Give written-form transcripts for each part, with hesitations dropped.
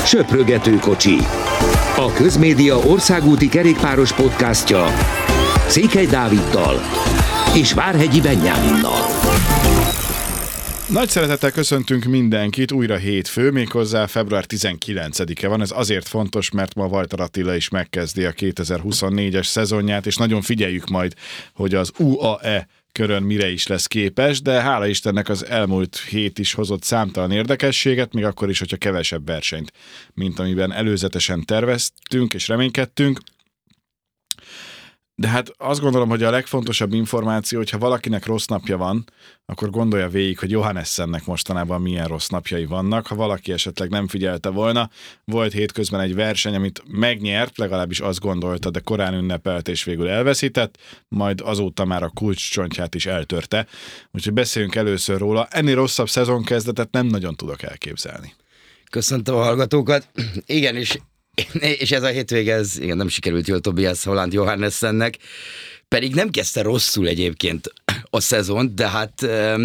Söprögető kocsi. A Közmédia országúti kerékpáros podcastja Székely Dáviddal és Várhegyi Benyáminnal. Nagy szeretettel köszöntünk mindenkit, újra hétfő, méghozzá február 19-e van. Ez azért fontos, mert ma Walter Attila is megkezdi a 2024-es szezonját, és nagyon figyeljük majd, hogy az UAE körön mire is lesz képes, de hála Istennek az elmúlt hét is hozott számtalan érdekességet, még akkor is, hogyha kevesebb versenyt, mint amiben előzetesen terveztünk és reménykedtünk. De hát azt gondolom, hogy a legfontosabb információ, hogyha valakinek rossz napja van, akkor gondolja végig, hogy Johannessennek mostanában milyen rossz napjai vannak. Ha valaki esetleg nem figyelte volna, volt hétközben egy verseny, amit megnyert, legalábbis azt gondolta, de korán ünnepelt és végül elveszített, majd azóta már a kulcscsontját is eltörte. Úgyhogy beszéljünk először róla. Ennél rosszabb szezonkezdetet nem nagyon tudok elképzelni. Köszöntöm a hallgatókat. Igen, és ez a hétvége, igen, nem sikerült jól Tobias Holland Johannessennek, pedig nem kezdte rosszul egyébként a szezont, de hát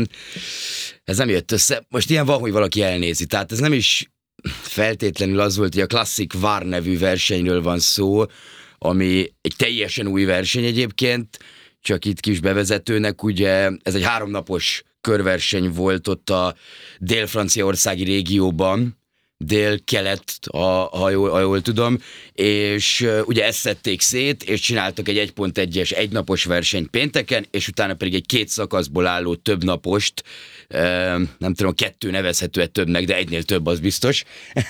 ez nem jött össze. Most ilyen van, hogy valaki elnézi, tehát ez nem is feltétlenül az volt, hogy a Classic VAR nevű versenyről van szó, ami egy teljesen új verseny egyébként, csak itt kis bevezetőnek, ugye ez egy 3 napos körverseny volt ott a dél-franciaországi régióban, dél-kelet, ha jól tudom, és ugye ezt szedték szét, és csináltak egy 1.1-es egynapos versenyt pénteken, és utána pedig egy 2 szakaszból álló többnapost, nem tudom, 2 nevezhető többnek, de egynél több, az biztos.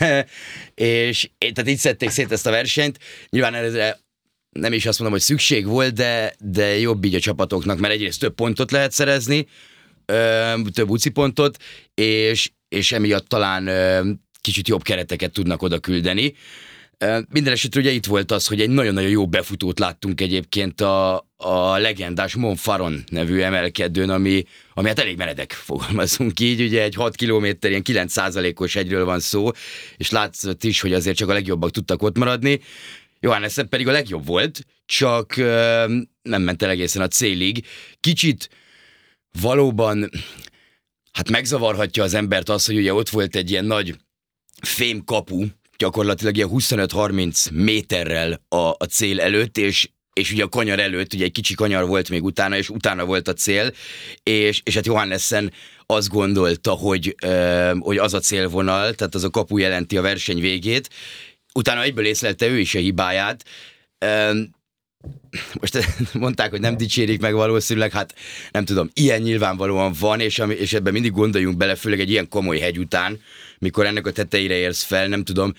És tehát így szedték szét ezt a versenyt. Nyilván erre nem is azt mondom, hogy szükség volt, de jobb így a csapatoknak, mert egyrészt több pontot lehet szerezni, több UCI pontot, és emiatt talán kicsit jobb kereteket tudnak oda küldeni. Minden esetre ugye itt volt az, hogy egy nagyon-nagyon jó befutót láttunk egyébként a legendás Montfaron nevű emelkedőn, ami hát elég meredek, fogalmazunk így, ugye egy 6 kilométer, ilyen 9%-os hegyről van szó, és látszott is, hogy azért csak a legjobbak tudtak ott maradni. Johannessen pedig a legjobb volt, csak nem ment el egészen a célig. Kicsit valóban hát megzavarhatja az embert az, hogy ugye ott volt egy ilyen nagy fémkapu, gyakorlatilag ilyen 25-30 méterrel a cél előtt, és ugye a kanyar előtt, ugye egy kicsi kanyar volt még utána, és utána volt a cél, és hát Johannessen azt gondolta, hogy az a célvonal, tehát az a kapu jelenti a verseny végét, utána egyből észlelte ő is a hibáját. Most mondták, hogy nem dicsérik meg valószínűleg, hát nem tudom, ilyen nyilvánvalóan van, és ebben mindig gondoljunk bele, főleg egy ilyen komoly hegy után, mikor ennek a tetejére érsz fel, nem tudom,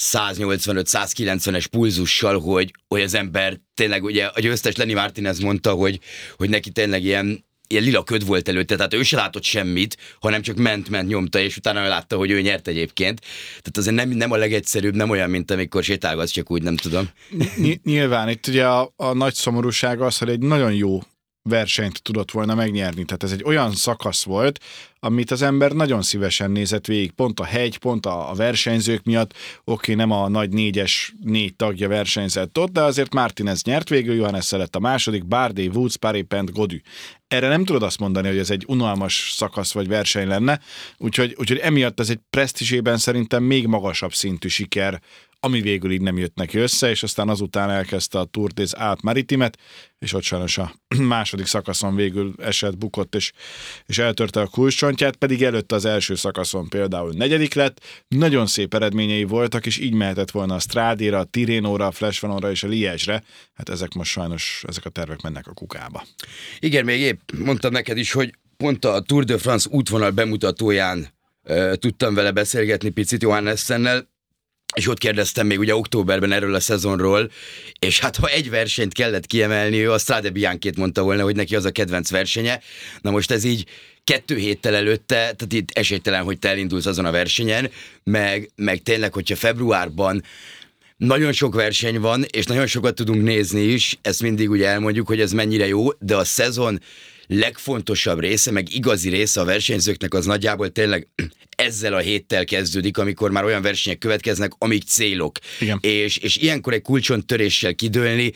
185-190-es pulzussal, hogy az ember tényleg, ugye a győztes Lenny Martinez mondta, hogy neki tényleg ilyen lila köd volt előtte, tehát ő se látott semmit, hanem csak ment, nyomta, és utána látta, hogy ő nyert egyébként. Tehát azért nem a legegyszerűbb, nem olyan, mint amikor sétálgatsz, csak úgy, nem tudom. Nyilván itt ugye a nagy szomorúság az, hogy egy nagyon jó versenyt tudott volna megnyerni. Tehát ez egy olyan szakasz volt, amit az ember nagyon szívesen nézett végig, pont a hegy, pont a versenyzők miatt. Oké, nem a nagy 4 tagja versenyzett ott, de azért Martinez nyert végül, Johannessen lett a második, Bardet, Woods, Paré-Pent, Gaudu. Erre nem tudod azt mondani, hogy ez egy unalmas szakasz vagy verseny lenne, úgyhogy emiatt ez egy presztízsében szerintem még magasabb szintű siker, ami végül így nem jött neki össze, és aztán azután elkezdte a Tour des Alpes Maritimet, és ott sajnos a második szakaszon végül bukott, és eltörte a kulcscsontját, pedig előtte az első szakaszon például 4. lett, nagyon szép eredményei voltak, és így mehetett volna a Strádéra, a Tirénóra, a Flèchevanonra és a Liège-re, hát ezek most sajnos, ezek a tervek mennek a kukába. Igen, még épp mondtam neked is, hogy pont a Tour de France útvonal bemutatóján tudtam vele beszélgetni picit Johannessennel, és ott kérdeztem még ugye októberben erről a szezonról, és hát ha egy versenyt kellett kiemelni, ő a Strade Bianchét mondta volna, hogy neki az a kedvenc versenye. Na most ez így 2 héttel előtte, tehát itt esélytelen, hogy te elindulsz azon a versenyen, meg tényleg, hogyha februárban nagyon sok verseny van, és nagyon sokat tudunk nézni is, ezt mindig ugye elmondjuk, hogy ez mennyire jó, de a szezon legfontosabb része, meg igazi része a versenyzőknek az nagyjából tényleg ezzel a héttel kezdődik, amikor már olyan versenyek következnek, amik célok. És ilyenkor egy kulcson töréssel kidőlni,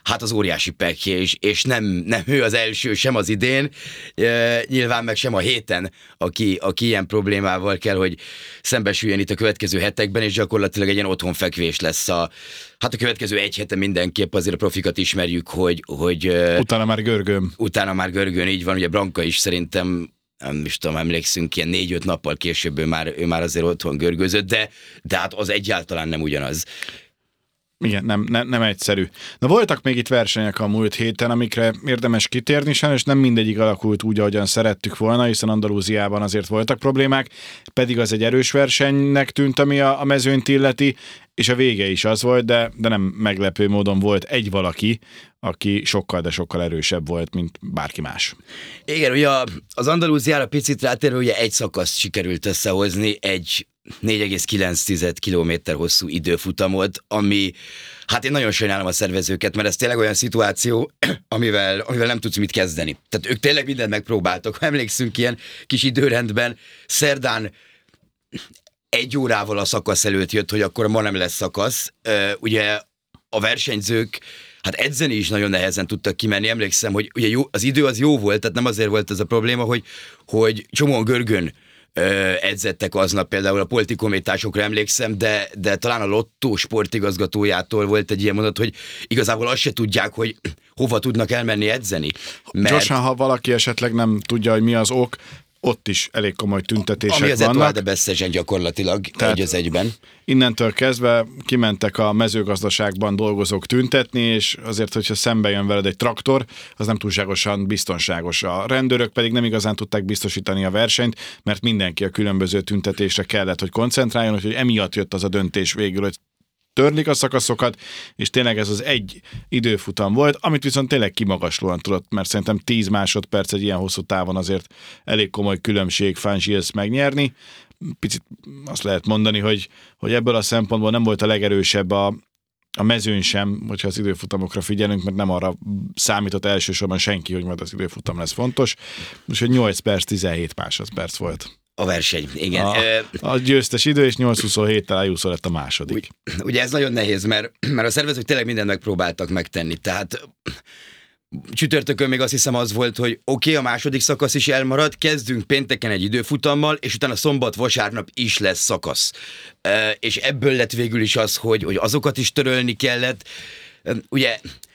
hát az óriási pekje, és nem ő az első, sem az idén, nyilván meg sem a héten, aki ilyen problémával kell, hogy szembesüljön itt a következő hetekben, és gyakorlatilag egy ilyen otthonfekvés lesz a következő egy hete mindenképp, azért a profikat ismerjük, hogy Utána már görgőn, így van, ugye Branka is szerintem, nem is tudom, emlékszünk, ilyen 4-5 nappal később ő már azért otthon görgőzött, de hát az egyáltalán nem ugyanaz. Igen, nem egyszerű. Na voltak még itt versenyek a múlt héten, amikre érdemes kitérni, és nem mindegyik alakult úgy, ahogyan szerettük volna, hiszen Andalúziában azért voltak problémák, pedig az egy erős versenynek tűnt, ami a mezőnyt illeti, és a vége is az volt, de nem meglepő módon volt egy valaki, aki sokkal, de sokkal erősebb volt, mint bárki más. Igen, ugye az Andalúziára picit rátérve, ugye egy szakaszt sikerült összehozni, egy 4,9 kilométer hosszú időfutamot, ami, hát én nagyon sajnálom a szervezőket, mert ez tényleg olyan szituáció, amivel nem tudsz mit kezdeni. Tehát ők tényleg mindent megpróbáltak. Ha emlékszünk, ilyen kis időrendben szerdán 1 órával a szakasz előtt jött, hogy akkor ma nem lesz szakasz. Ugye a versenyzők hát edzeni is nagyon nehezen tudtak kimenni. Emlékszem, hogy ugye az idő az jó volt, tehát nem azért volt ez a probléma, hogy csomóan görgön edzettek aznap, például a politikométásokra emlékszem, de talán a Lotto sportigazgatójától volt egy ilyen mondat, hogy igazából azt se tudják, hogy hova tudnak elmenni edzeni. Gyorsan, ha valaki esetleg nem tudja, hogy mi az ok, ott is elég komoly tüntetések vannak. Ami az Etoile de Bessegen gyakorlatilag egy az egyben. Innentől kezdve kimentek a mezőgazdaságban dolgozók tüntetni, és azért, hogyha szembe jön veled egy traktor, az nem túlságosan biztonságos. A rendőrök pedig nem igazán tudták biztosítani a versenyt, mert mindenki a különböző tüntetésre kellett, hogy koncentráljon, hogy emiatt jött az a döntés végül, hogy törlik a szakaszokat, és tényleg ez az egy időfutam volt, amit viszont tényleg kimagaslóan tudott, mert szerintem 10 másodperc egy ilyen hosszú távon azért elég komoly különbség Fangils megnyerni. Picit azt lehet mondani, hogy ebből a szempontból nem volt a legerősebb a mezőn sem, hogyha az időfutamokra figyelünk, mert nem arra számított elsősorban senki, hogy majd az időfutam lesz fontos. Most 8 perc, 17 másodperc volt. A verseny, igen. A győztes idő, és 8-27-tel Ayuso lett a második. Ugye ez nagyon nehéz, mert a szervezők tényleg mindent megpróbáltak megtenni. Tehát csütörtökön még azt hiszem az volt, hogy oké, a második szakasz is elmarad, kezdünk pénteken egy időfutammal, és utána szombat-vasárnap is lesz szakasz. És ebből lett végül is az, hogy azokat is törölni kellett. Ugye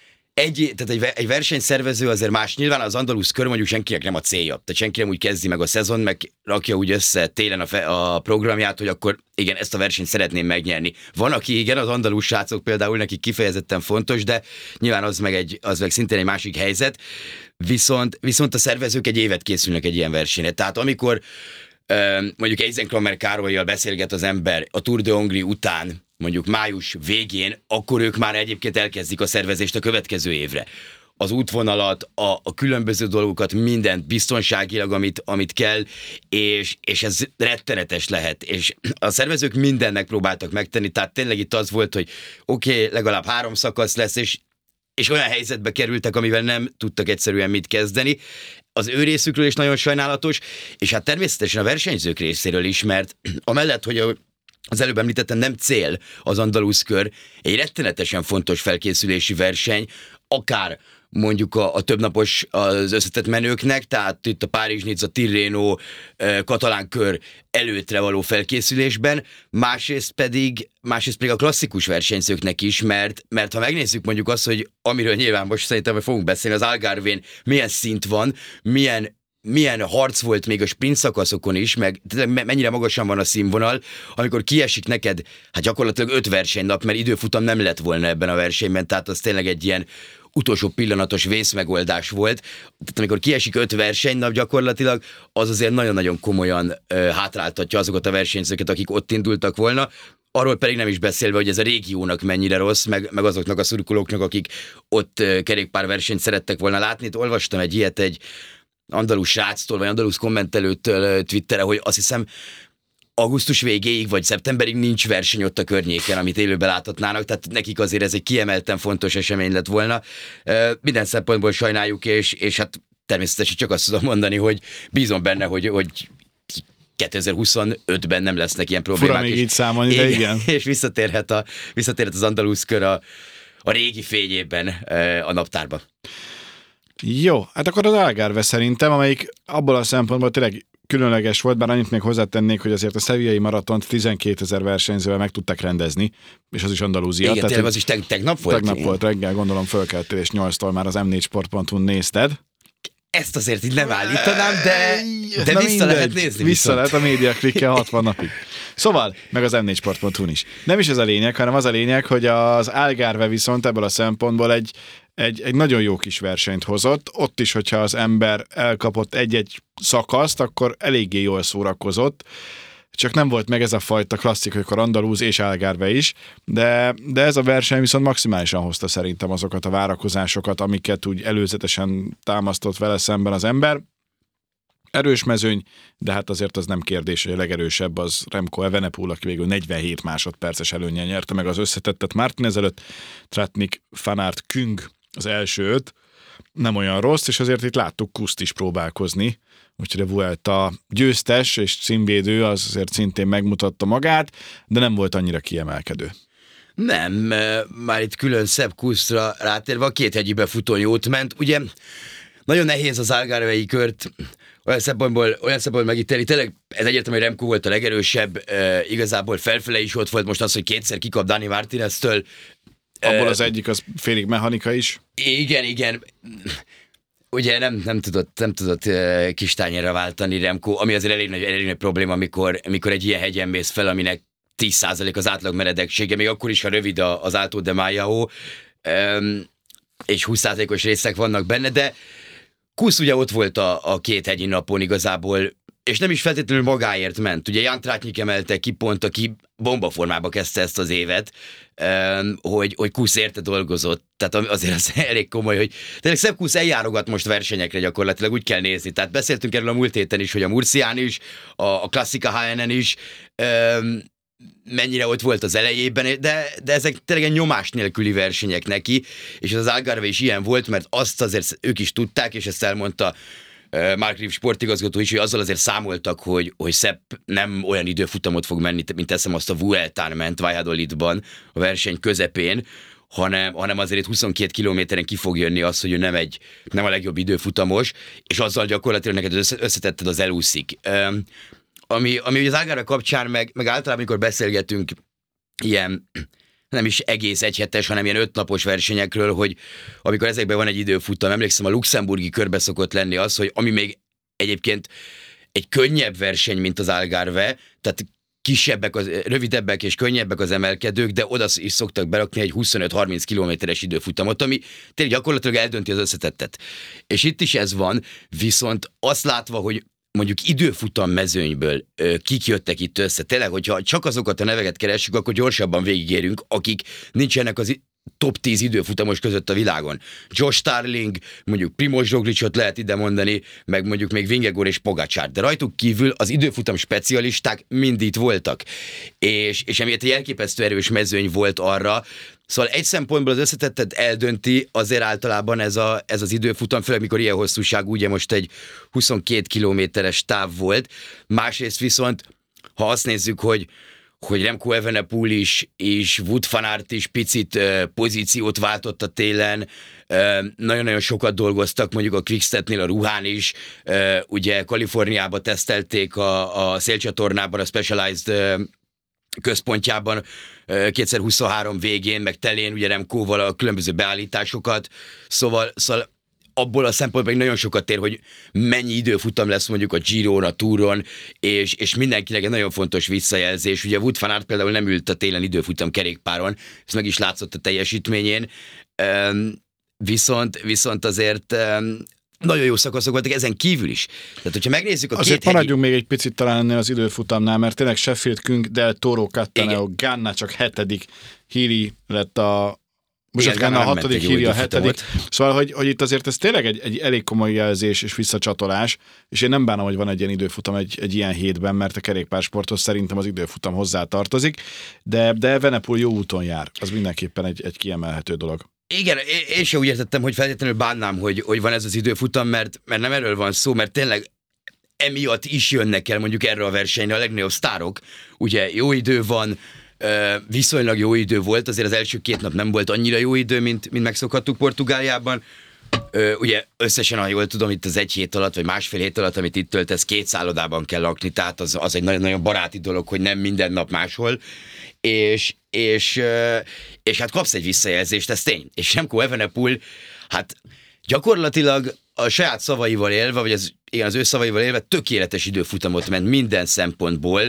egy versenyszervező azért más, nyilván az andalusz kör mondjuk senkinek nem a célja, tehát senki nem úgy kezdi meg a szezon, meg rakja úgy össze télen a programját, hogy akkor igen, ezt a versenyt szeretném megnyerni. Van, aki igen, az andalusz srácok például nekik kifejezetten fontos, de nyilván az meg szintén egy másik helyzet, viszont a szervezők egy évet készülnek egy ilyen versenyre. Tehát amikor mondjuk Eisenklammer Károlyjal beszélget az ember a Tour de Hongrie után, mondjuk május végén, akkor ők már egyébként elkezdik a szervezést a következő évre. Az útvonalat, a különböző dolgokat, mindent biztonságilag, amit kell, és ez rettenetes lehet. És a szervezők mindennek próbáltak megtenni, tehát tényleg itt az volt, hogy oké, legalább 3 szakasz lesz, és olyan helyzetbe kerültek, amivel nem tudtak egyszerűen mit kezdeni. Az ő részükről is nagyon sajnálatos, és hát természetesen a versenyzők részéről is, mert amellett, hogy az előbb említettem, nem cél az andalusz kör, egy rettenetesen fontos felkészülési verseny, akár mondjuk a többnapos az összetett menőknek, tehát itt a Párizs-Nice, Tirreno, katalán kör előttre való felkészülésben, másrészt pedig a klasszikus versenyzőknek is, mert ha megnézzük mondjuk azt, hogy amiről nyilván most szerintem fogunk beszélni, az Algarvén milyen szint van, milyen harc volt még a sprint szakaszokon is, meg mennyire magasan van a színvonal, amikor kiesik neked, hát gyakorlatilag 5 versenynap, mert időfutam nem lett volna ebben a versenyben, tehát az tényleg egy ilyen utolsó pillanatos vészmegoldás volt. Tehát amikor kiesik 5 versenynap gyakorlatilag, az azért nagyon-nagyon komolyan hátráltatja azokat a versenyzőket, akik ott indultak volna. Arról pedig nem is beszélve, hogy ez a régiónak mennyire rossz, meg azoknak a szurkolóknak, akik ott kerékpárversenyt szerettek volna látni. Itt olvastam egy ilyet egy andalusz sráctól, vagy andalusz kommentelőtől Twitterre, hogy azt hiszem augusztus végéig, vagy szeptemberig nincs verseny ott a környéken, amit élőben láthatnának, tehát nekik azért ez egy kiemelten fontos esemény lett volna. Minden szempontból sajnáljuk, és hát természetesen csak azt tudom mondani, hogy bízom benne, hogy 2025-ben nem lesznek ilyen problémák. Fura még így számolni, de igen. És visszatérhet az andalusz kör a a régi fényében a naptárba. Jó, hát akkor az Algarve szerintem, amelyik abból a szempontból tényleg különleges volt, bár annyit még hozzátennék, hogy azért a Sevillai maratont 12 000 versenyzővel meg tudták rendezni, és az is Andalúzia. Igen, tényleg az is tegnap volt? Tegnap volt reggel, gondolom fölkeltél, és 8-tól már az m4sport.hu nézted. Ezt azért így nem állítanám, de vissza lehet nézni. Vissza lehet a médiaklikkel 60 napig. Szóval, meg az m4sport.hu-n is. Nem is ez a lényeg, hanem az a lényeg, hogy az Algarve viszont ebből a szempontból egy nagyon jó kis versenyt hozott. Ott is, hogyha az ember elkapott egy-egy szakaszt, akkor eléggé jól szórakozott. Csak nem volt meg ez a fajta klasszik, amikor andalúz és Algarve is, de ez a verseny viszont maximálisan hozta szerintem azokat a várakozásokat, amiket úgy előzetesen támasztott vele szemben az ember. Erős mezőny, de hát azért az nem kérdés, hogy a legerősebb az Remco Evenepoel, aki végül 47 másodperces előnnyel nyerte meg az összetettet Martinez előtt, Tratnik, Van Aert, Küng az első 5, nem olyan rossz, és azért itt láttuk Kuszt is próbálkozni, úgyhogy a Vuelta győztes és címvédő az azért szintén megmutatta magát, de nem volt annyira kiemelkedő. Nem, már itt külön Sepp Kusztra rátérve a két hegyi befutón jót ment. Ugye nagyon nehéz az Algarvei kört olyan szempontból megítélni. Tényleg ez egyértelmű, hogy Remco volt a legerősebb, igazából felfele is ott volt most az, hogy kétszer kikap Dani Martineztől. Abból az egyik az félig mechanika is. Igen. Ugye nem tudott kis tányérra váltani Remco, ami azért elég nagy probléma, amikor egy ilyen hegyen mész fel, aminek 10% az átlag meredeksége, még akkor is, ha rövid az Alto de Maio, és 20%-os részek vannak benne, de Kusz ugye ott volt a két hegyi napon igazából, és nem is feltétlenül magáért ment. Ugye Jan Tratnik emelte ki pont, aki bombaformába kezdte ezt az évet, hogy Kusz érte dolgozott. Tehát azért az elég komoly, hogy tényleg Sepp Kusz eljárogat most versenyekre gyakorlatilag, úgy kell nézni. Tehát beszéltünk erről a múlt héten is, hogy a Murcián is, a Klassika HN-en is, mennyire ott volt az elejében, de ezek tényleg nyomás nélküli versenyek neki, és az Algarve is ilyen volt, mert azt azért ők is tudták, és ezt elmondta Mark Reeve sportigazgató is, hogy azzal azért számoltak, hogy Sepp nem olyan időfutamot fog menni, mint teszem azt a Vueltán ment Valladolidban a verseny közepén, hanem azért itt 22 kilométeren ki fog jönni az, hogy ő nem a legjobb időfutamos, és azzal gyakorlatilag neked összetetted az elúszik. Ami az Algarve kapcsán, meg általában, amikor beszélgetünk ilyen, nem is egész egyhetes, hanem ilyen 5 napos versenyekről, hogy amikor ezekben van egy időfutam, emlékszem, a luxemburgi körbe szokott lenni az, hogy ami még egyébként egy könnyebb verseny, mint az Algarve, tehát rövidebbek és könnyebbek az emelkedők, de oda is szoktak berakni egy 25-30 kilométeres időfutamot, ami tényleg gyakorlatilag eldönti az összetettet. És itt is ez van, viszont azt látva, hogy mondjuk időfutam mezőnyből kik jöttek itt össze. Tényleg, hogyha csak azokat a neveket keressük, akkor gyorsabban végigérünk, akik nincsenek az top 10 időfutamos között a világon. Josh Starling, mondjuk Primož Roglicot lehet ide mondani, meg mondjuk még Vingegaard és Pogačar, de rajtuk kívül az időfutam specialisták mind itt voltak. És emiatt egy elképesztő erős mezőny volt arra, szóval egy szempontból az összetettet eldönti, azért általában ez az időfutam, főleg mikor ilyen hosszúság, ugye most egy 22 kilométeres táv volt. Másrészt viszont, ha azt nézzük, hogy Remco Evenepoel és Wout van Aert is picit pozíciót váltott a télen, nagyon-nagyon sokat dolgoztak, mondjuk a Quickstepnél a Ruhán is, ugye Kaliforniába tesztelték a szélcsatornában, a Specialized központjában 2023 végén, meg telén ugye Remcoval a különböző beállításokat, szóval abból a szempontból nagyon sokat ér, hogy mennyi időfutam lesz mondjuk a Giron, a Touron, és mindenkinek egy nagyon fontos visszajelzés. Ugye Wout van Aert például nem ült a télen időfutam kerékpáron, ez meg is látszott a teljesítményén, viszont azért nagyon jó szakaszok voltak ezen kívül is. Tehát, hogyha megnézzük a azért maradjunk még egy picit talán ennél az időfutamnál, mert tényleg Sheffield, Küng, Del Toro, Cattaneo, Ganna csak 7., Healy lett most az Ganna a 6., Healy a 7. Szóval, hogy itt azért ez tényleg egy elég komoly jelzés és visszacsatolás, és én nem bánom, hogy van egy ilyen időfutam egy ilyen hétben, mert a kerékpársporthoz szerintem az időfutam hozzá tartozik, de Evenepoel jó úton jár. Az mindenképpen egy kiemelhető dolog. Igen, én sem úgy értettem, hogy feltétlenül bánnám, hogy van ez az időfutam, mert nem erről van szó, mert tényleg emiatt is jönnek el mondjuk erre a versenyre a legnagyobb sztárok. Ugye jó idő van, viszonylag jó idő volt, azért az első 2 nap nem volt annyira jó idő, mint megszokhattuk Portugáliában. Ugye összesen, ha jól tudom, itt az 1 hét alatt, vagy másfél hét alatt, amit itt töltesz, 2 szállodában kell lakni, tehát az egy nagyon-nagyon baráti dolog, hogy nem minden nap máshol, és hát kapsz egy visszajelzést, ez tény. És Remco Evenepoel, hát gyakorlatilag a saját szavaival élve, vagy az ő szavaival élve tökéletes időfutamot ment minden szempontból.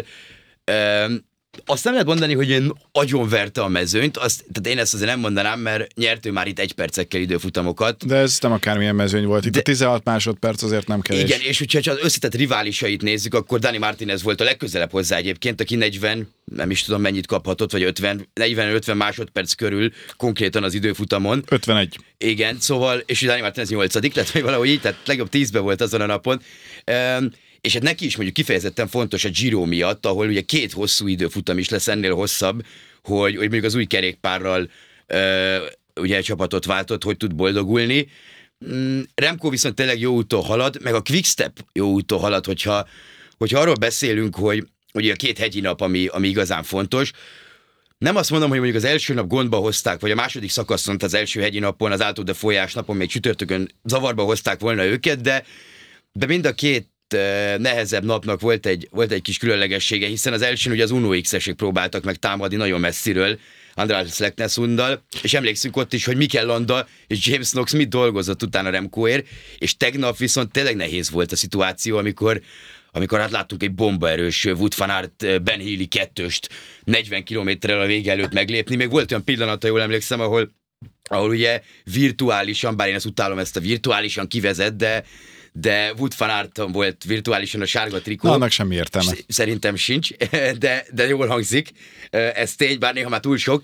Azt nem lehet mondani, hogy én agyonverte a mezőnyt, tehát én ezt azért nem mondanám, mert nyert ő már itt 1 percekkel időfutamokat. De ez nem akármilyen mezőny volt, itt a 16 másodperc azért nem kevés. Igen, és hogyha az összetett riválisait nézzük, akkor Dani Martinez volt a legközelebb hozzá egyébként, aki 40, nem is tudom mennyit kaphatott, vagy 40-50 másodperc körül konkrétan az időfutamon. 51. Igen, szóval, és Dani Martinez 8, tehát valahogy így, tehát legjobb 10-ben volt azon a napon. És hát neki is mondjuk kifejezetten fontos a Giro miatt, ahol ugye 2 hosszú időfutam is lesz ennél hosszabb, hogy mondjuk az új kerékpárral ugye csapatot váltott, hogy tud boldogulni. Remco viszont tényleg jó úton halad, meg a Quickstep jó úton halad, hogyha arról beszélünk, hogy ugye a 2 hegyi nap, ami igazán fontos. Nem azt mondom, hogy mondjuk az első nap gondba hozták, vagy a második szakaszon, az első hegyi napon, az Alto de Folyás napon, még csütörtökön zavarba hozták volna őket, de mind a 2 nehezebb napnak volt egy kis különlegessége, hiszen az elsőn ugye az Uno X-esek próbáltak meg támadni nagyon messziről, András Leknesundal, és emlékszünk ott is, hogy Mikel Landa és James Knox mit dolgozott utána Remcoért, és tegnap viszont tényleg nehéz volt a szituáció, amikor hát láttunk egy bombaerős Wout van Aert Ben Healy 2-öst 40 kilométerrel a vége előtt meglépni. Még volt olyan pillanata, jól emlékszem, ahol ugye virtuálisan, bár én ezt utálom, ezt a virtuálisan kivezet, de Wout van Aert volt virtuálisan a sárga trikó. Annak semmi értelme. Szerintem sincs, de jól hangzik. Ez tény, bár néha már túl sok.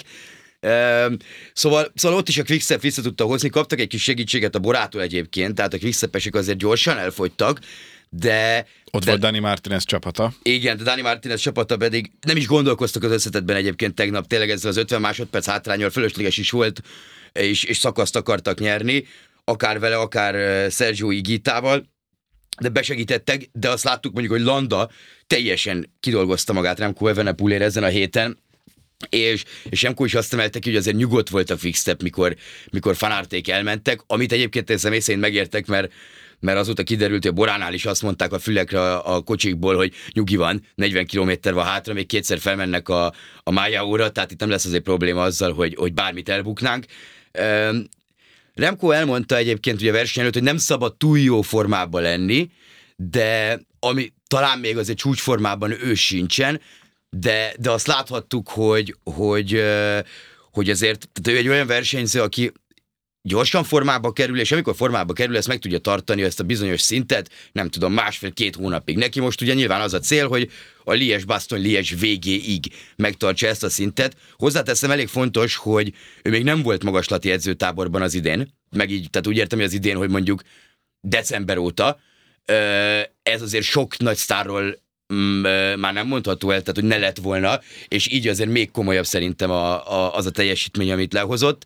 Szóval ott is a Quickstep vissza tudta hozni, kaptak egy kis segítséget a Borától egyébként, tehát a Quickstepesek azért gyorsan elfogytak, de volt Dani Martinez csapata. Igen, de Dani Martinez csapata pedig nem is gondolkoztak az összetetben egyébként tegnap, tényleg ezzel az 50 másodperc hátránnyal fölösleges is volt, és szakaszt akartak nyerni, akár vele, akár Sergio Higuitával, de besegítettek, de azt láttuk mondjuk, hogy Landa teljesen kidolgozta magát Remco Evenepoelért ezen a héten, és Remco is azt emelte ki, hogy azért nyugodt volt a Quickstep, mikor Van Aerték elmentek, amit egyébként én személy szerint megértek, mert azóta kiderült, hogy a Boránál is azt mondták a fülekre a kocsikból, hogy nyugi van, 40 kilométer van hátra, még 2-szer felmennek a Májáóra, tehát itt nem lesz azért probléma azzal, hogy bármit elbuknánk. Remco elmondta egyébként ugye a verseny előtt, hogy nem szabad túl jó formában lenni, de ami talán még azért csúcsformában ő sincsen, de azt láthattuk, hogy azért tehát ő egy olyan versenyző, aki gyorsan formába kerül, és amikor formába kerül, ezt meg tudja tartani, ezt a bizonyos szintet, nem tudom, 1,5-2 hónapig. Neki most ugye nyilván az a cél, hogy a Liège-Bastogne-Liège végéig megtartsa ezt a szintet. Hozzáteszem, elég fontos, hogy ő még nem volt magaslati edzőtáborban az idén, meg így, tehát úgy értem, hogy az idén, hogy mondjuk december óta, ez azért sok nagy sztárról már nem mondható el, tehát hogy ne lett volna, és így azért még komolyabb szerintem az a teljesítmény, amit lehozott.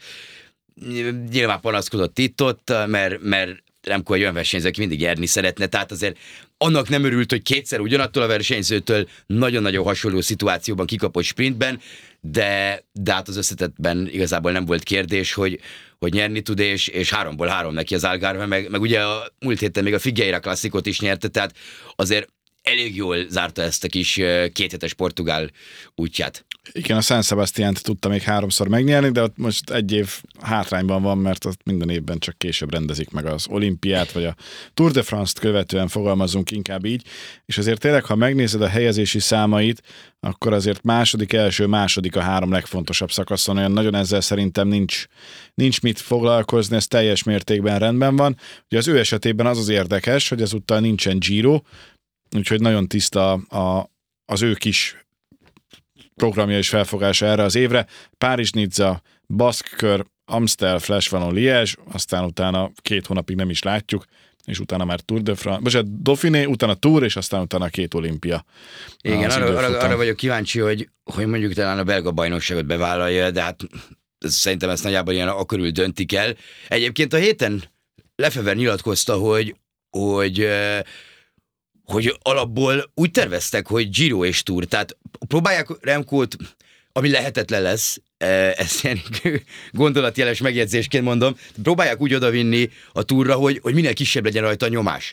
Nyilván panaszkodott itt-ott, mert Remco egy olyan versenyző, aki mindig nyerni szeretne, tehát azért annak nem örült, hogy 2-szer ugyanattól a versenyzőtől nagyon-nagyon hasonló szituációban kikapott sprintben, de hát az összetettben igazából nem volt kérdés, hogy nyerni tud, és 3-ból 3 neki az Algarve, meg ugye a múlt héten még a Figueira klasszikot is nyerte, tehát azért elég jól zárta ezt a kis 2 hetes portugál útját. Igen, a San Sebastiánt tudta még 3-szor megnyerni, de ott most 1 év hátrányban van, mert ott minden évben csak később rendezik meg az olimpiát, vagy a Tour de France-t követően, fogalmazunk inkább így, és azért tényleg, ha megnézed a helyezési számait, akkor azért második a 3 legfontosabb szakaszon, olyan nagyon ezzel szerintem nincs mit foglalkozni, ez teljes mértékben rendben van. Ugye az ő esetében az érdekes, hogy ezúttal nincsen Giro, úgyhogy nagyon tiszta az ő kis programja és felfogása erre az évre. Párizs-Nizza, Baszkkör, Amstel, Flash Vallon, Liège, aztán utána 2 hónapig nem is látjuk, és utána már Tour de France, Dauphiné, utána Tour, és aztán utána 2 olimpia. Igen, arra vagyok kíváncsi, hogy mondjuk talán a belga bajnokságot bevállalja, de hát szerintem ezt nagyjából ilyen akörül döntik el. Egyébként a héten Lefever nyilatkozta, hogy alapból úgy terveztek, hogy Giro és Tour, tehát próbálják Remcót ami lehetetlen lesz, ezt ilyen gondolatjeles megjegyzésként mondom, próbálják úgy odavinni a túrra, hogy minél kisebb legyen rajta a nyomás.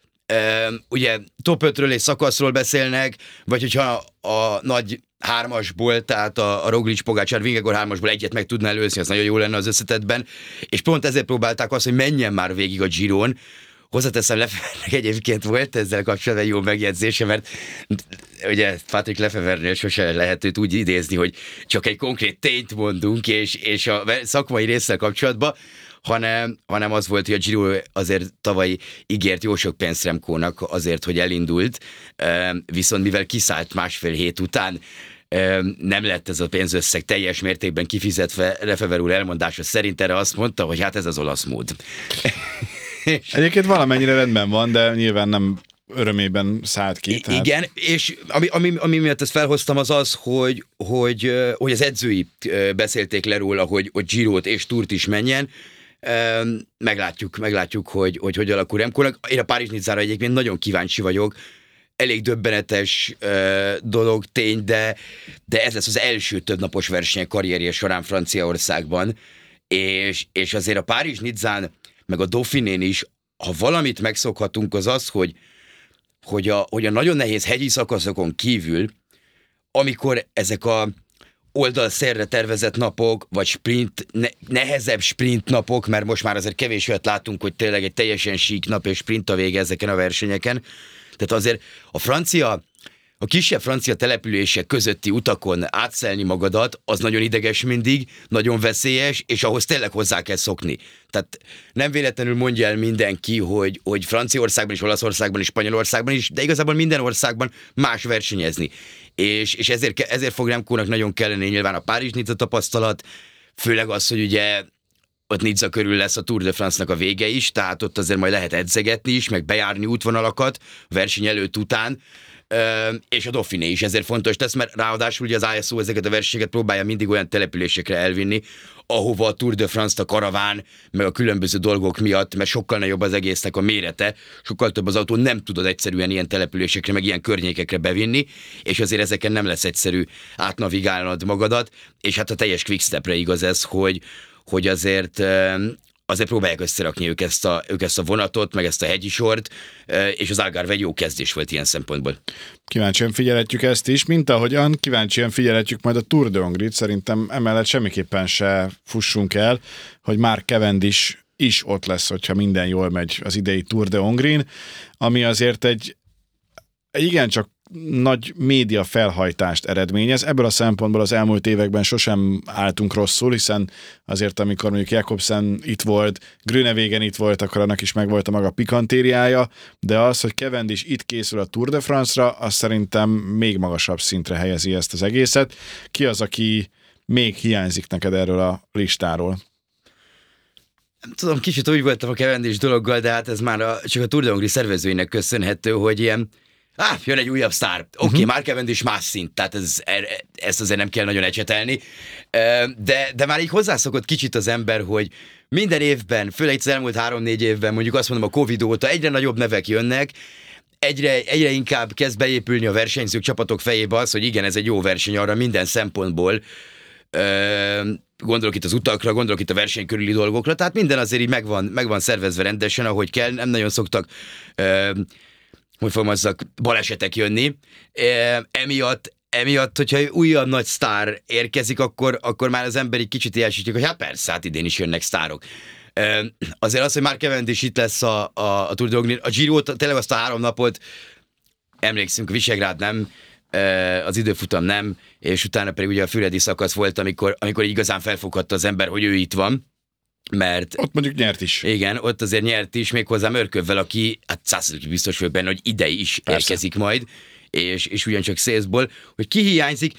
Ugye top 5-ről és szakaszról beszélnek, vagy hogyha a nagy hármasból, tehát a Roglic, Pogačar, Vingegaard hármasból egyet meg tudná előzni, az nagyon jó lenne az összetettben, és pont ezért próbálták azt, hogy menjen már végig a Giron. Hozzáteszem, Lefevernek egyébként volt ezzel kapcsolatban jó megjegyzése, mert ugye Patrick Lefevernél sose lehet őt úgy idézni, hogy csak egy konkrét tényt mondunk, és a szakmai résszel kapcsolatban, hanem az volt, hogy a Giro azért tavaly ígért jó sok pénzt Remkónak azért, hogy elindult, viszont mivel kiszállt 1,5 hét után, nem lett ez a pénzösszeg teljes mértékben kifizetve. Lefever úr elmondása szerint erre azt mondta, hogy hát ez az olasz mód. Egyébként valamennyire rendben van, de nyilván nem örömében szállt ki. Tehát... Igen, és ami miatt ezt felhoztam, az, hogy az edzői beszélték le róla, hogy Girót és Tourt is menjen. Meglátjuk, hogy alakul Remkónak. Én a Párizs-Niczára egyébként nagyon kíváncsi vagyok. Elég döbbenetes dolog, tény, de ez lesz az első többnapos verseny karrierje során Franciaországban, és azért a Párizs-Nizzán meg a Dauphinén is, ha valamit megszokhatunk, az, hogy a nagyon nehéz hegyi szakaszokon kívül, amikor ezek a oldalszerre tervezett napok, vagy nehezebb sprint napok, mert most már azért kevés olyat látunk, hogy tényleg egy teljesen sík nap és sprint a vége ezeken a versenyeken. Tehát azért a kisebb francia települések közötti utakon átszelni magadat, az nagyon ideges mindig, nagyon veszélyes, és ahhoz tényleg hozzá kell szokni. Tehát nem véletlenül mondja el mindenki, hogy Franciaországban is, Olaszországban is, Spanyolországban is, de igazából minden országban más versenyezni. És ezért fog Remkónak nagyon kellene nyilván a Párizs-Nizza tapasztalat, főleg az, hogy ugye ott Nizza körül lesz a Tour de France-nak a vége is, tehát ott azért majd lehet edzegetni is, meg bejárni útvonalakat verseny előtt után, és a Dauphiné is ezért fontos lesz, mert ráadásul ugye az ISO ezeket a versenyeket próbálja mindig olyan településekre elvinni, ahova a Tour de France-t a karaván, meg a különböző dolgok miatt, mert sokkal nagyobb az egésznek a mérete, sokkal több az autó, nem tudod egyszerűen ilyen településekre, meg ilyen környékekre bevinni, és azért ezeken nem lesz egyszerű átnavigálnod magadat, és hát a teljes quickstepre igaz ez, hogy azért próbálják összerakni ők ezt a vonatot, meg ezt a hegyi sort, és az Algarve egy jó kezdés volt ilyen szempontból. Kíváncsian figyelhetjük ezt is, mint ahogyan kíváncsian figyelhetjük majd a Tour de Hongrie-t. Szerintem emellett semmiképpen se fussunk el, hogy Mark Cavendish is ott lesz, hogyha minden jól megy az idei Tour de Hongrie-n, ami azért egy igencsak nagy média felhajtást eredményez. Ebből a szempontból az elmúlt években sosem álltunk rosszul, hiszen azért, amikor mondjuk Jakobsen itt volt, Groenewegen itt volt, akkor annak is megvolt a maga pikantériája, de az, hogy Cavendish itt készül a Tour de France-ra, az szerintem még magasabb szintre helyezi ezt az egészet. Ki az, aki még hiányzik neked erről a listáról? Nem tudom, kicsit úgy voltam a Cavendish dologgal, de hát ez már csak a Tour de Hongrie szervezőinek köszönhető, hogy ilyen jön egy újabb sztár. Oké, Mark Cavendish más szint, tehát ezt azért nem kell nagyon ecsetelni. De már így hozzászokott kicsit az ember, hogy minden évben, főleg az elmúlt 3-4 évben, mondjuk azt mondom a Covid óta, egyre nagyobb nevek jönnek, egyre inkább kezd beépülni a versenyzők, csapatok fejébe az, hogy igen, ez egy jó verseny arra minden szempontból. Gondolok itt az utakra, gondolok itt a verseny körüli dolgokra, tehát minden azért így meg van szervezve rendesen, ahogy kell, nem nagyon szoktak hogy fogalmazzak, balesetek jönni. Emiatt, hogyha újabb nagy sztár érkezik, akkor már az ember egy kicsit ilyesítik, hogy hát persze, hát idén is jönnek sztárok. Azért az, hogy Mark Cavendish itt lesz a Tour de Hongrie, a Giro tényleg azt a 3 napot, emlékszünk, Visegrád nem, az időfutam nem, és utána pedig ugye a füredi szakasz volt, amikor igazán felfoghatta az ember, hogy ő itt van. Mert ott mondjuk nyert is. Igen, ott azért nyert is, méghozzá Mörkövvel, aki hát 100% biztos vagyok benne, hogy ide is érkezik majd, és ugyancsak Szélszból, hogy ki hiányzik.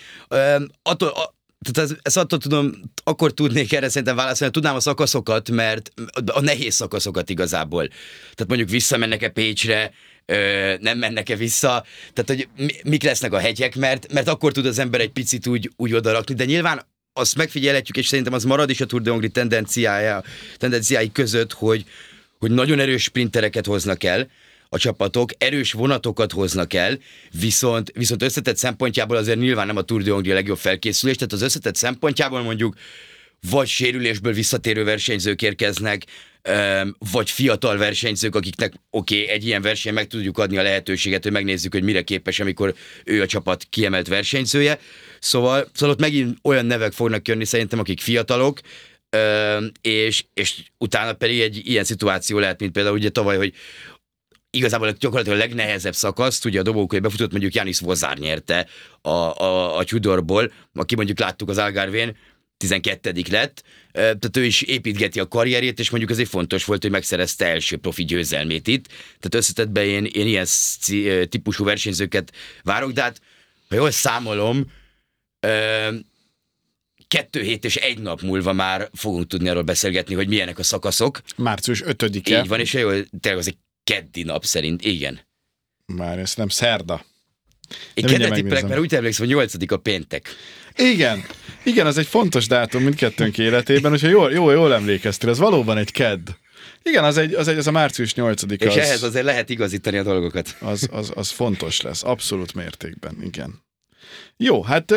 Tehát ezt attól tudom, akkor tudnék erre szerintem válaszolni, tudnám a szakaszokat, mert a nehéz szakaszokat igazából. Tehát mondjuk visszamennek-e Pécsre, nem mennek-e vissza, tehát hogy mik lesznek a hegyek, mert akkor tud az ember egy picit úgy odarakni, de nyilván azt megfigyelhetjük, és szerintem az marad is a Tour de Hongrie tendenciái között, hogy nagyon erős sprintereket hoznak el, a csapatok, erős vonatokat hoznak el, viszont összetett szempontjából azért nyilván nem a Tour de Hongrie a legjobb felkészülés, tehát az összetett szempontjából mondjuk vagy sérülésből visszatérő versenyzők érkeznek, vagy fiatal versenyzők, akiknek egy ilyen verseny meg tudjuk adni a lehetőséget, hogy megnézzük, hogy mire képes, amikor ő a csapat kiemelt versenyzője. Szóval ott megint olyan nevek fognak jönni szerintem, akik fiatalok, és utána pedig egy ilyen szituáció lehet, mint például ugye tavaly, hogy igazából gyakorlatilag a legnehezebb szakaszt, ugye a dobókői befutott mondjuk Janis Vozár nyerte a Tudorból, aki mondjuk láttuk az Algarvén, 12. lett, tehát ő is építgeti a karrierjét, és mondjuk azért fontos volt, hogy megszerezte első profi győzelmét itt. Tehát összetettben én ilyen típusú versenyzőket várok, de hát, ha jól számolom, 2 hét és 1 nap múlva már fogunk tudni arról beszélgetni, hogy milyenek a szakaszok. Március 5-e. Így van, és tényleg az egy keddi nap szerint, igen. Már ezt nem szerda. Én kedvet tippelek, mert úgy emlékszem, hogy 8. a péntek. Igen, az egy fontos dátum mindkettőnk életében, hogyha jól emlékeztél, ez valóban egy kedd. Igen, az a március 8-a. És ehhez azért lehet igazítani a dolgokat. Az fontos lesz, abszolút mértékben, igen. Jó, hát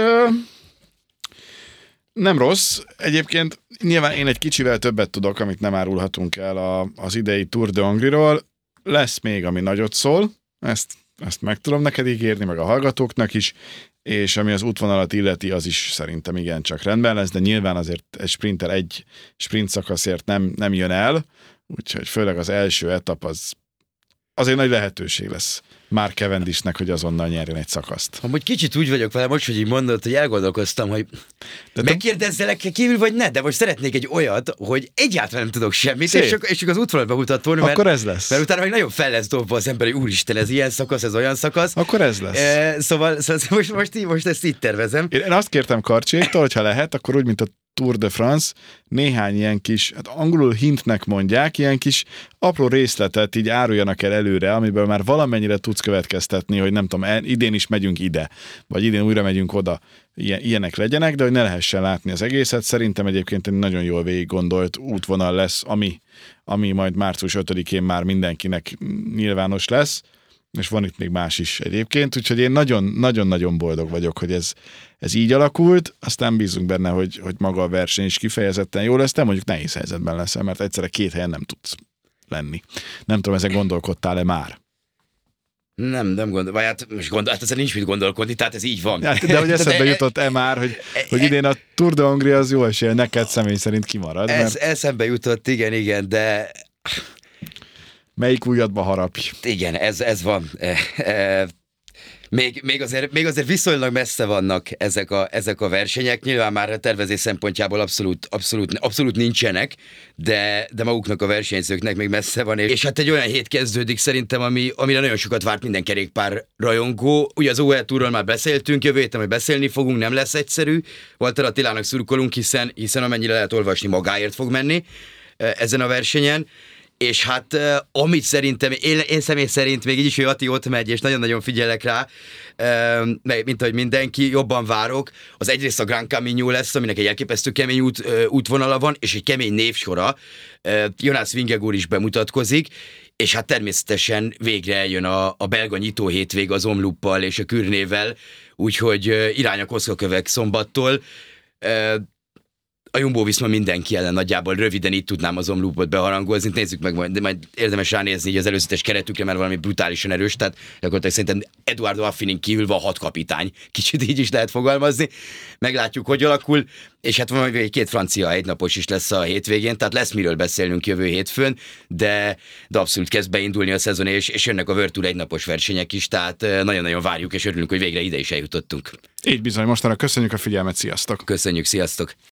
nem rossz. Egyébként nyilván én egy kicsivel többet tudok, amit nem árulhatunk el az idei Tour de Hongrie-ról. Lesz még, ami nagyot szól, ezt meg tudom neked ígérni, meg a hallgatóknak is, és ami az útvonalat illeti, az is szerintem igencsak rendben lesz, de nyilván azért egy sprinter egy sprint szakaszért nem jön el, úgyhogy főleg az első etap az azért nagy lehetőség lesz Mark Cavendishnek, hogy azonnal nyerjen egy szakaszt. Amúgy kicsit úgy vagyok vele, most, hogy így mondod, hogy elgondolkoztam, hogy megkérdezzelek kívül, vagy ne, de most szeretnék egy olyat, hogy egyáltalán nem tudok semmit, és csak az útvonalat bemutatni, mert, akkor ez lesz. Mert utána meg nagyon fel lesz dobva az ember, hogy úristen, ez ilyen szakasz, ez olyan szakasz. Akkor ez lesz. Szóval most ezt így tervezem. Én azt kértem Karcséktól, hogyha lehet, akkor úgy, mint a Tour de France, néhány ilyen kis, hát angolul hintnek mondják, ilyen kis apró részletet így áruljanak el előre, amiből már valamennyire tudsz következtetni, hogy nem tudom, idén is megyünk ide, vagy idén újra megyünk oda, ilyenek legyenek, de hogy ne lehessen látni az egészet. Szerintem egyébként egy nagyon jól végig gondolt útvonal lesz, ami majd március 5-én már mindenkinek nyilvános lesz, és van itt még más is egyébként, úgyhogy én nagyon-nagyon boldog vagyok, hogy ez így alakult, aztán bízunk benne, hogy maga a verseny is kifejezetten jó lesz, de mondjuk nehéz helyzetben leszel, mert egyszerre 2 helyen nem tudsz lenni. Nem tudom, ezen gondolkodtál-e már? Nem gondolom, vagy hát ezen nincs mit gondolkodni, tehát ez így van. De hogy eszedbe jutott-e már, hogy idén a Tour de Hongrie az jó esélye, neked személy szerint kimarad? Eszembe jutott, igen, de... Melyik ujjadba harapj? Igen, ez van. Még azért viszonylag messze vannak ezek a versenyek. Nyilván már a tervezés szempontjából abszolút nincsenek, de maguknak a versenyzőknek még messze van. És hát egy olyan hét kezdődik szerintem, amire nagyon sokat várt minden kerékpár rajongó. Ugye az OE Tourról már beszéltünk, jövő héten, hogy beszélni fogunk, nem lesz egyszerű. Walter Attilának szurkolunk, hiszen amennyire lehet olvasni, magáért fog menni ezen a versenyen. És hát amit szerintem, én személy szerint még így is, hogy Ati ott megy, és nagyon-nagyon figyelek rá, mint ahogy mindenki, jobban várok, az egyrészt a Gran Camino lesz, aminek egy elképesztő kemény útvonala van, és egy kemény névsora. Jonas Vingegaard is bemutatkozik, és hát természetesen végre eljön a belga nyitó hétvég az Omlooppal és a Kürnével, úgyhogy irány a kockakövek szombattól. A Jumbo-Visma mindenki ellen nagyjából röviden így tudnám az Omloopot beharangozni. Nézzük meg, de majd érdemes ránézni így az előzetes keretükre, mert valami brutálisan erős, tehát gyakorlatilag szerintem Eduardo Affinin kívül van 6 kapitány. Kicsit így is lehet fogalmazni. Meglátjuk, hogy alakul, és hát van még 2 francia egynapos is lesz a hétvégén, tehát lesz miről beszélnünk jövő hétfőn, de abszolút kezd beindulni a szezon, és jönnek a World Tour egynapos versenyek is, tehát nagyon-nagyon várjuk, és örülünk, hogy végre ide is eljutottunk. Így bizony, mostanra köszönjük a figyelmet, sziasztok! Köszönjük, sziasztok!